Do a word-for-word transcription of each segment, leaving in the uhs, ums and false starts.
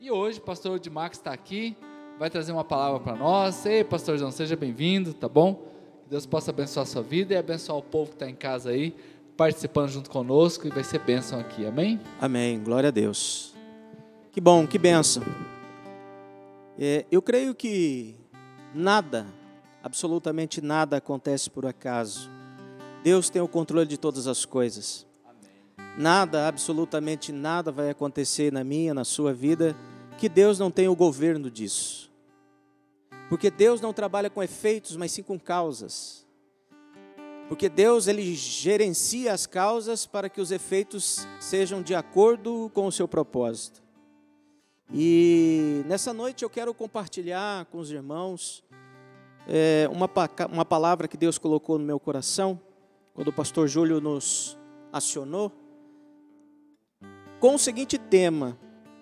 E hoje o pastor Dimax está aqui, vai trazer uma palavra para nós. Ei, pastorzão, seja bem-vindo, tá bom? Que Deus possa abençoar a sua vida e abençoar o povo que está em casa aí, participando junto conosco, e vai ser bênção aqui, amém? Amém, glória a Deus. Que bom, que bênção. É, eu creio que nada, absolutamente nada acontece por acaso. Deus tem o controle de todas as coisas. Amém. Nada, absolutamente nada vai acontecer na minha, na sua vida, que Deus não tenha o governo disso. Porque Deus não trabalha com efeitos, mas sim com causas. Porque Deus, Ele gerencia as causas para que os efeitos sejam de acordo com o seu propósito. E nessa noite eu quero compartilhar com os irmãos é, uma, uma palavra que Deus colocou no meu coração, quando o pastor Júlio nos acionou, com o seguinte tema: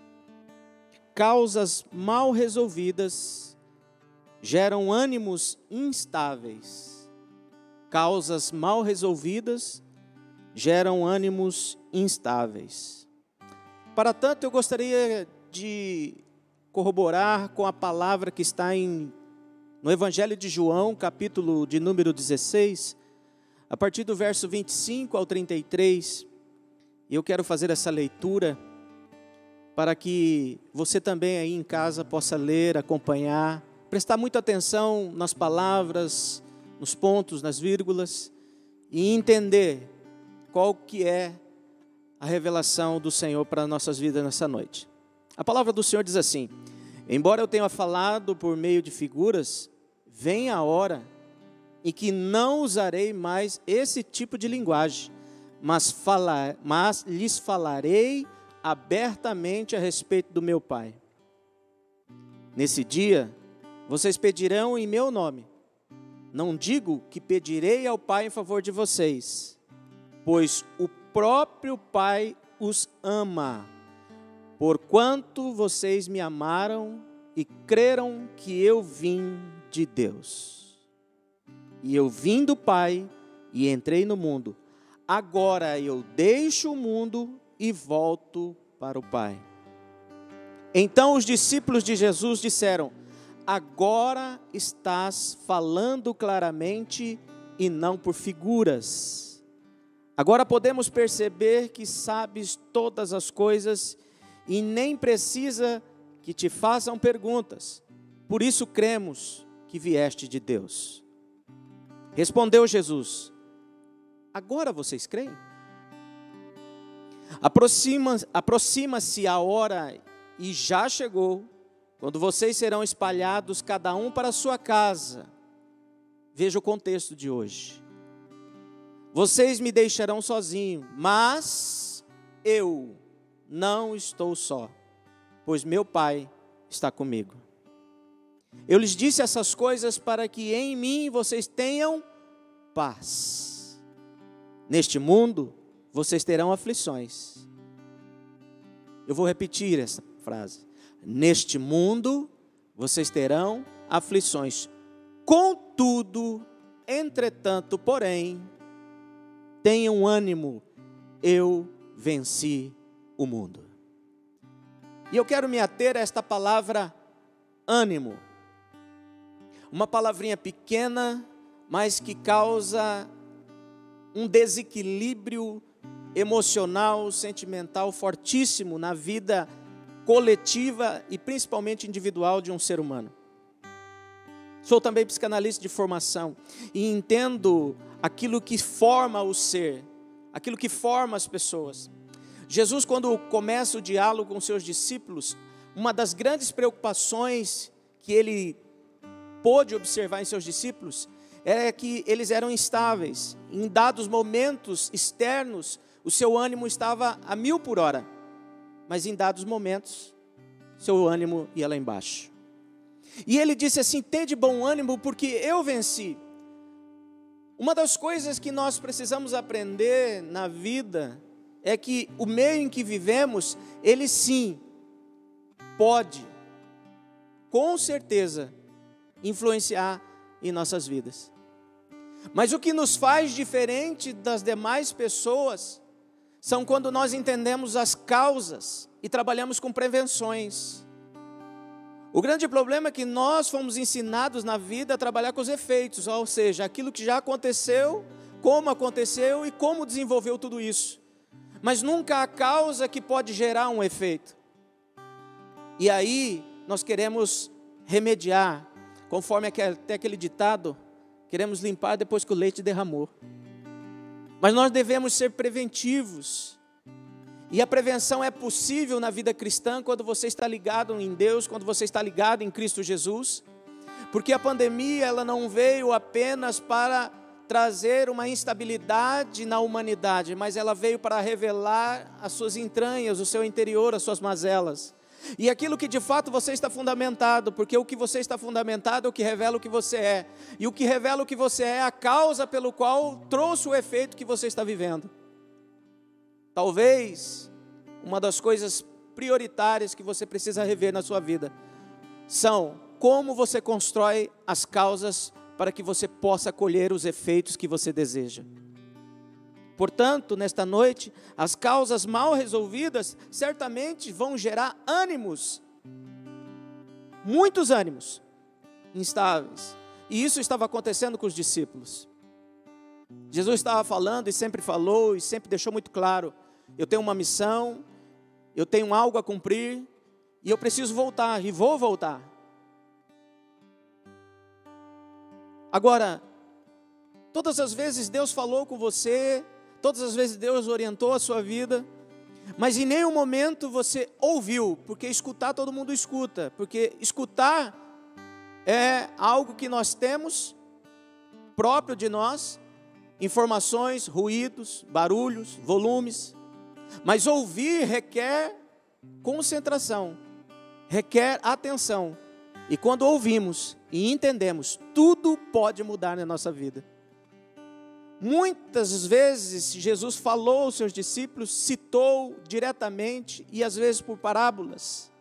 causas mal resolvidas geram ânimos instáveis. Causas mal resolvidas geram ânimos instáveis. Para tanto, eu gostaria de corroborar com a palavra que está em, no Evangelho de João, capítulo de número dezesseis, a partir do verso vinte e cinco ao trinta e três. E eu quero fazer essa leitura para que você também aí em casa possa ler, acompanhar, prestar muita atenção nas palavras, nos pontos, nas vírgulas, e entender qual que é a revelação do Senhor para nossas vidas nessa noite. A palavra do Senhor diz assim: embora eu tenha falado por meio de figuras, vem a hora em que não usarei mais esse tipo de linguagem, mas, falar, mas lhes falarei abertamente a respeito do meu Pai. Nesse dia, vocês pedirão em meu nome. Não digo que pedirei ao Pai em favor de vocês, pois o próprio Pai os ama, porquanto vocês me amaram e creram que eu vim de Deus. E eu vim do Pai e entrei no mundo. Agora eu deixo o mundo e volto para o Pai. Então os discípulos de Jesus disseram: agora estás falando claramente e não por figuras. Agora podemos perceber que sabes todas as coisas e nem precisa que te façam perguntas. Por isso cremos que vieste de Deus. Respondeu Jesus: agora vocês creem? Aproxima, aproxima-se a hora e já chegou, quando vocês serão espalhados cada um para a sua casa. Veja o contexto de hoje. Vocês me deixarão sozinho, mas eu não estou só, pois meu Pai está comigo. Eu lhes disse essas coisas para que em mim vocês tenham paz. Neste mundo, vocês terão aflições. Eu vou repetir essa frase. Neste mundo, vocês terão aflições. Contudo, entretanto, porém, tenham ânimo, eu venci o mundo. E eu quero me ater a esta palavra ânimo. Uma palavrinha pequena, mas que causa um desequilíbrio emocional, sentimental fortíssimo na vida coletiva e principalmente individual de um ser humano. Sou também psicanalista de formação e entendo aquilo que forma o ser, aquilo que forma as pessoas. Jesus, quando começa o diálogo com seus discípulos, uma das grandes preocupações que ele pôde observar em seus discípulos é que eles eram instáveis. Em dados momentos externos, o seu ânimo estava a mil por hora, mas em dados momentos, seu ânimo ia lá embaixo. E ele disse assim: tende bom ânimo, porque eu venci. Uma das coisas que nós precisamos aprender na vida é que o meio em que vivemos, ele sim, pode, com certeza, influenciar em nossas vidas. Mas o que nos faz diferente das demais pessoas são quando nós entendemos as causas e trabalhamos com prevenções. O grande problema é que nós fomos ensinados na vida a trabalhar com os efeitos, ou seja, aquilo que já aconteceu, como aconteceu e como desenvolveu tudo isso. Mas nunca a causa que pode gerar um efeito. E aí nós queremos remediar, conforme até aquele ditado, queremos limpar depois que o leite derramou. Mas nós devemos ser preventivos. E a prevenção é possível na vida cristã quando você está ligado em Deus, quando você está ligado em Cristo Jesus. Porque a pandemia, ela não veio apenas para trazer uma instabilidade na humanidade, mas ela veio para revelar as suas entranhas, o seu interior, as suas mazelas. E aquilo que de fato você está fundamentado, porque o que você está fundamentado é o que revela o que você é. E o que revela o que você é é a causa pelo qual trouxe o efeito que você está vivendo. Talvez uma das coisas prioritárias que você precisa rever na sua vida são como você constrói as causas para que você possa colher os efeitos que você deseja. Portanto, nesta noite, as causas mal resolvidas certamente vão gerar ânimos, muitos ânimos instáveis. E isso estava acontecendo com os discípulos. Jesus estava falando e sempre falou e sempre deixou muito claro: eu tenho uma missão, eu tenho algo a cumprir e eu preciso voltar e vou voltar. Agora, todas as vezes Deus falou com você, todas as vezes Deus orientou a sua vida, mas em nenhum momento você ouviu, porque escutar todo mundo escuta, porque escutar é algo que nós temos próprio de nós, informações, ruídos, barulhos, volumes, mas ouvir requer concentração, requer atenção, e quando ouvimos e entendemos, tudo pode mudar na nossa vida. Muitas vezes Jesus falou aos seus discípulos, citou diretamente e às vezes por parábolas.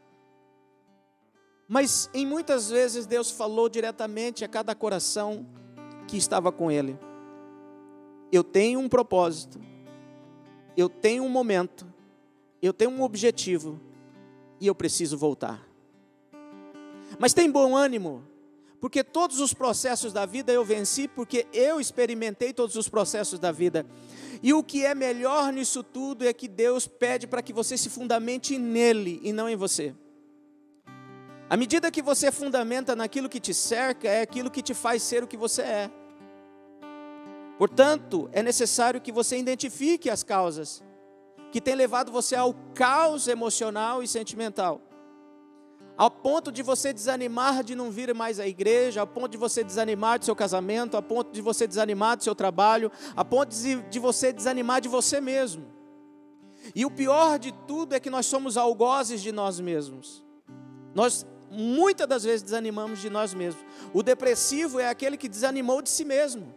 Mas em muitas vezes Deus falou diretamente a cada coração que estava com ele. Eu tenho um propósito, eu tenho um momento, eu tenho um objetivo e eu preciso voltar. Mas tem bom ânimo, porque todos os processos da vida eu venci, porque eu experimentei todos os processos da vida. E o que é melhor nisso tudo é que Deus pede para que você se fundamente nele e não em você. À medida que você fundamenta naquilo que te cerca, é aquilo que te faz ser o que você é. Portanto, é necessário que você identifique as causas que têm levado você ao caos emocional e sentimental. Ao ponto de você desanimar de não vir mais à igreja, ao ponto de você desanimar do seu casamento, ao ponto de você desanimar do seu trabalho, a ponto de, de você desanimar de você mesmo. E o pior de tudo é que nós somos algozes de nós mesmos. Nós muitas das vezes desanimamos de nós mesmos. O depressivo é aquele que desanimou de si mesmo.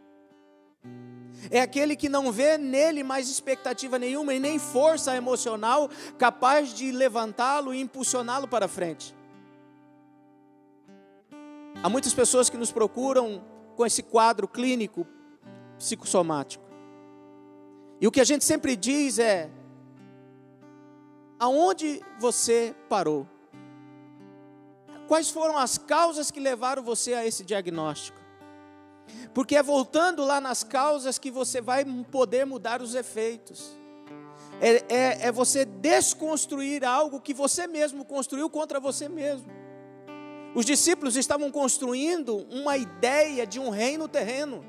É aquele que não vê nele mais expectativa nenhuma e nem força emocional capaz de levantá-lo e impulsioná-lo para frente. Há muitas pessoas que nos procuram com esse quadro clínico psicossomático. E o que a gente sempre diz é: aonde você parou? Quais foram as causas que levaram você a esse diagnóstico? Porque é voltando lá nas causas que você vai poder mudar os efeitos. É, é, é você desconstruir algo que você mesmo construiu contra você mesmo. Os discípulos estavam construindo uma ideia de um reino terreno.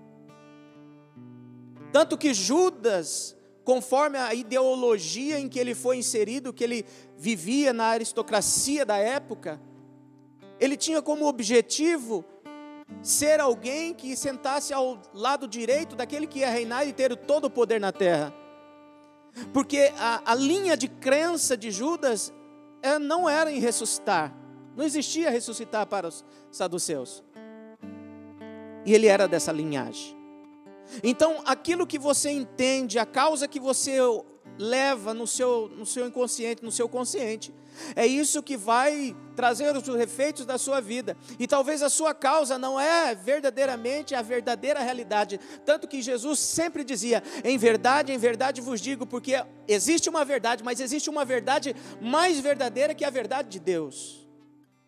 Tanto que Judas, conforme a ideologia em que ele foi inserido, que ele vivia na aristocracia da época, ele tinha como objetivo ser alguém que sentasse ao lado direito daquele que ia reinar e ter todo o poder na terra. Porque a, a linha de crença de Judas é, não era em ressuscitar. Não existia ressuscitar para os saduceus. E ele era dessa linhagem. Então, aquilo que você entende, a causa que você leva no seu, no seu inconsciente, no seu consciente, é isso que vai trazer os efeitos da sua vida. E talvez a sua causa não é verdadeiramente a verdadeira realidade. Tanto que Jesus sempre dizia: em verdade, em verdade vos digo, porque existe uma verdade, mas existe uma verdade mais verdadeira que a verdade de Deus.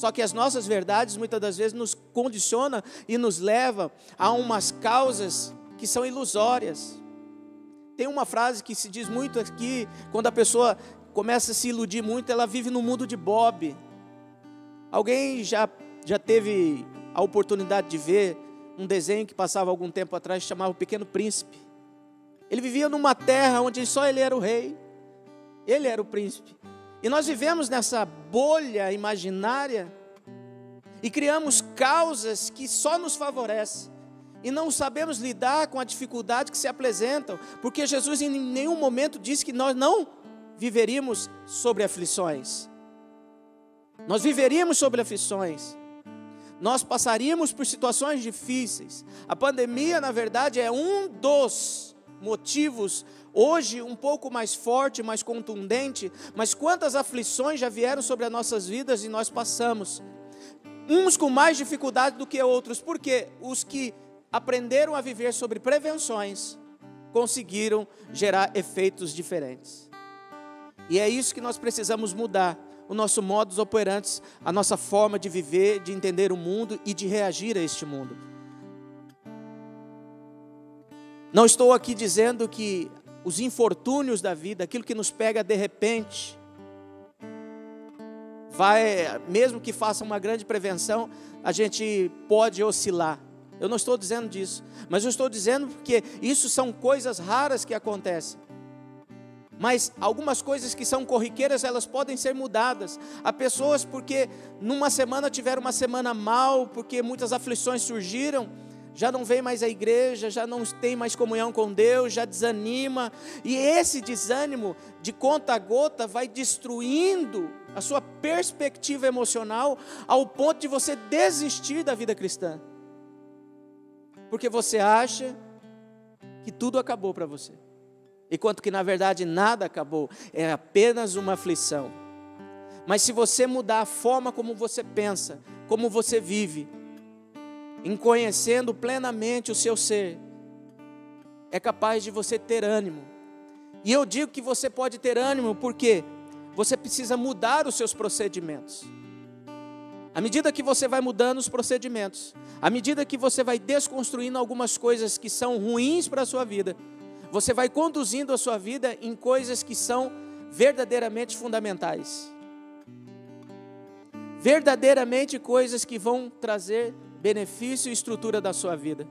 Só que as nossas verdades muitas das vezes nos condicionam e nos levam a umas causas que são ilusórias. Tem uma frase que se diz muito aqui, quando a pessoa começa a se iludir muito, ela vive no mundo de Bob. Alguém já, já teve a oportunidade de ver um desenho que passava algum tempo atrás, chamava O Pequeno Príncipe. Ele vivia numa terra onde só ele era o rei, ele era o príncipe. E nós vivemos nessa bolha imaginária e criamos causas que só nos favorecem. E não sabemos lidar com a dificuldade que se apresentam, porque Jesus em nenhum momento disse que nós não viveríamos sobre aflições. Nós viveríamos sobre aflições. Nós passaríamos por situações difíceis. A pandemia, na verdade, é um dos motivos, hoje um pouco mais forte, mais contundente, mas quantas aflições já vieram sobre as nossas vidas e nós passamos. Uns com mais dificuldade do que outros, porque os que aprenderam a viver sobre prevenções conseguiram gerar efeitos diferentes. E é isso que nós precisamos mudar, o nosso modus operandi, a nossa forma de viver, de entender o mundo e de reagir a este mundo. Não estou aqui dizendo que os infortúnios da vida, aquilo que nos pega de repente, vai, mesmo que faça uma grande prevenção, a gente pode oscilar. Eu não estou dizendo disso, mas eu estou dizendo que isso são coisas raras que acontecem. Mas algumas coisas que são corriqueiras, elas podem ser mudadas. Há pessoas porque numa semana tiveram uma semana mal, porque muitas aflições surgiram, já não vem mais à igreja, já não tem mais comunhão com Deus, já desanima. E esse desânimo de conta a gota vai destruindo a sua perspectiva emocional ao ponto de você desistir da vida cristã. Porque você acha que tudo acabou para você. Enquanto que na verdade nada acabou, é apenas uma aflição. Mas se você mudar a forma como você pensa, como você vive, em conhecendo plenamente o seu ser, é capaz de você ter ânimo. E eu digo que você pode ter ânimo porque você precisa mudar os seus procedimentos. À medida que você vai mudando os procedimentos, à medida que você vai desconstruindo algumas coisas que são ruins para a sua vida, você vai conduzindo a sua vida em coisas que são verdadeiramente fundamentais. Verdadeiramente coisas que vão trazer benefício e estrutura da sua vida.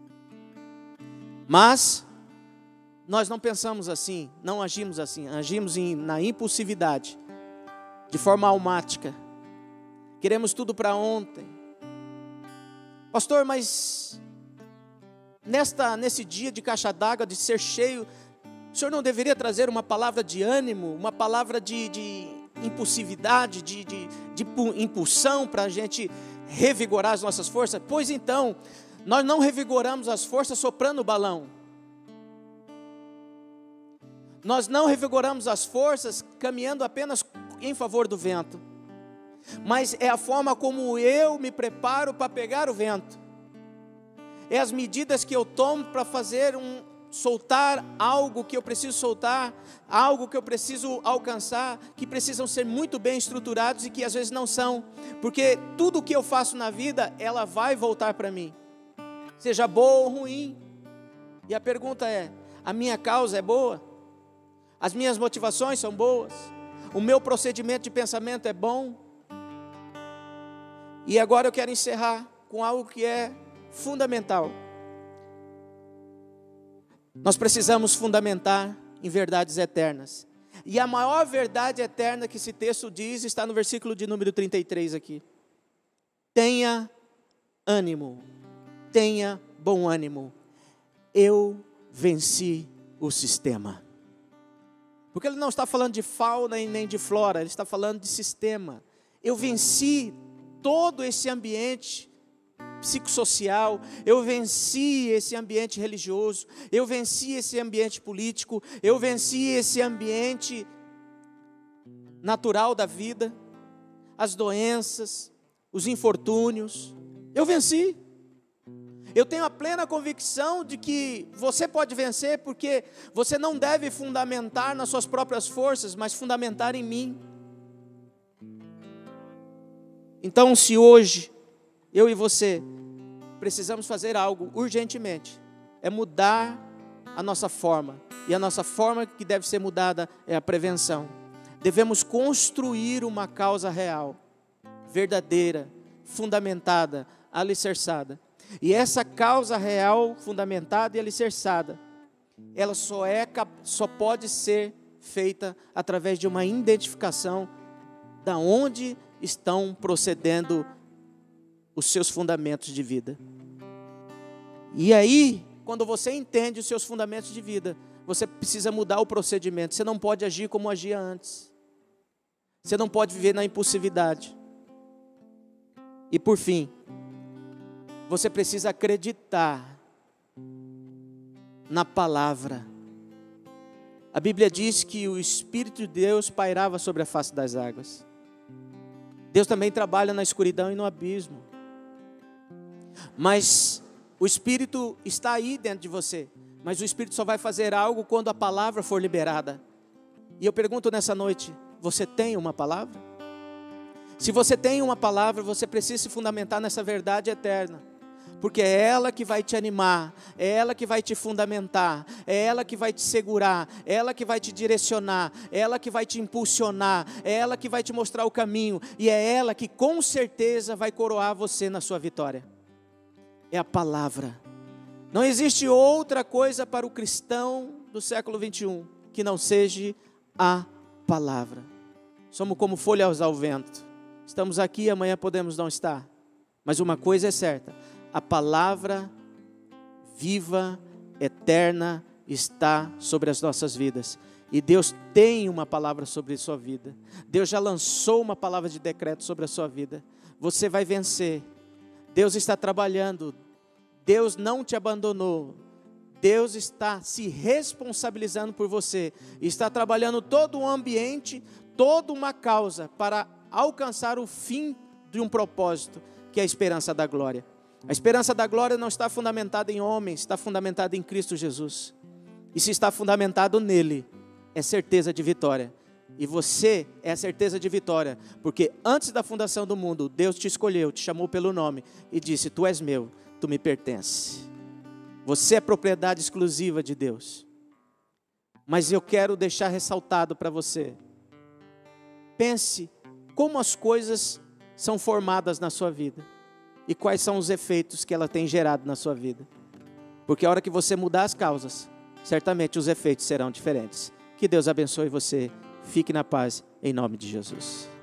Mas nós não pensamos assim, não agimos assim, agimos em, na impulsividade, de forma almática. Queremos tudo para ontem. Pastor, mas nesta, nesse dia de caixa d'água, de ser cheio, o senhor não deveria trazer uma palavra de ânimo, uma palavra de, de impulsividade, de, de, de impulsão para a gente revigorar as nossas forças? Pois então, nós não revigoramos as forças soprando o balão. Nós não revigoramos as forças caminhando apenas em favor do vento. Mas é a forma como eu me preparo para pegar o vento. É as medidas que eu tomo para fazer um, soltar algo que eu preciso soltar, algo que eu preciso alcançar, que precisam ser muito bem estruturados e que às vezes não são, porque tudo o que eu faço na vida, ela vai voltar para mim, seja boa ou ruim. E a pergunta é, a minha causa é boa? As minhas motivações são boas? O meu procedimento de pensamento é bom? E agora eu quero encerrar com algo que é fundamental. Nós precisamos fundamentar em verdades eternas. E a maior verdade eterna que esse texto diz está no versículo de número trinta e três aqui. Tenha ânimo, tenha bom ânimo. Eu venci o sistema. Porque ele não está falando de fauna e nem de flora, ele está falando de sistema. Eu venci todo esse ambiente psicossocial, eu venci esse ambiente religioso, eu venci esse ambiente político, eu venci esse ambiente natural da vida, as doenças, os infortúnios, eu venci. Eu tenho a plena convicção de que você pode vencer, porque você não deve fundamentar nas suas próprias forças, mas fundamentar em mim. Então, se hoje, eu e você, precisamos fazer algo urgentemente, é mudar a nossa forma. E a nossa forma que deve ser mudada é a prevenção. Devemos construir uma causa real, verdadeira, fundamentada, alicerçada. E essa causa real, fundamentada e alicerçada, ela só, é, só pode ser feita através de uma identificação da onde estão procedendo os seus fundamentos de vida. E aí, quando você entende os seus fundamentos de vida, você precisa mudar o procedimento. Você não pode agir como agia antes. Você não pode viver na impulsividade. E por fim, você precisa acreditar na palavra. A Bíblia diz que o Espírito de Deus pairava sobre a face das águas. Deus também trabalha na escuridão e no abismo. Mas o Espírito está aí dentro de você. Mas o Espírito só vai fazer algo quando a palavra for liberada. E eu pergunto nessa noite, você tem uma palavra? Se você tem uma palavra, você precisa se fundamentar nessa verdade eterna. Porque é ela que vai te animar, é ela que vai te fundamentar, é ela que vai te segurar, é ela que vai te direcionar, é ela que vai te impulsionar, é ela que vai te mostrar o caminho, e é ela que com certeza vai coroar você na sua vitória. É a palavra. Não existe outra coisa para o cristão do século vinte e um que não seja a palavra. Somos como folhas ao vento. Estamos aqui e amanhã podemos não estar. Mas uma coisa é certa. A palavra viva, eterna, está sobre as nossas vidas. E Deus tem uma palavra sobre a sua vida. Deus já lançou uma palavra de decreto sobre a sua vida. Você vai vencer. Deus está trabalhando. Deus não te abandonou. Deus está se responsabilizando por você. Está trabalhando todo um ambiente, toda uma causa para alcançar o fim de um propósito, que é a esperança da glória. A esperança da glória não está fundamentada em homens, está fundamentada em Cristo Jesus. E se está fundamentado nele, é certeza de vitória. E você é a certeza de vitória, porque antes da fundação do mundo, Deus te escolheu, te chamou pelo nome e disse: tu és meu, tu me pertence. Você é propriedade exclusiva de Deus. Mas eu quero deixar ressaltado para você. Pense como as coisas são formadas na sua vida. E quais são os efeitos que ela tem gerado na sua vida. Porque a hora que você mudar as causas, certamente os efeitos serão diferentes. Que Deus abençoe você. Fique na paz, em nome de Jesus.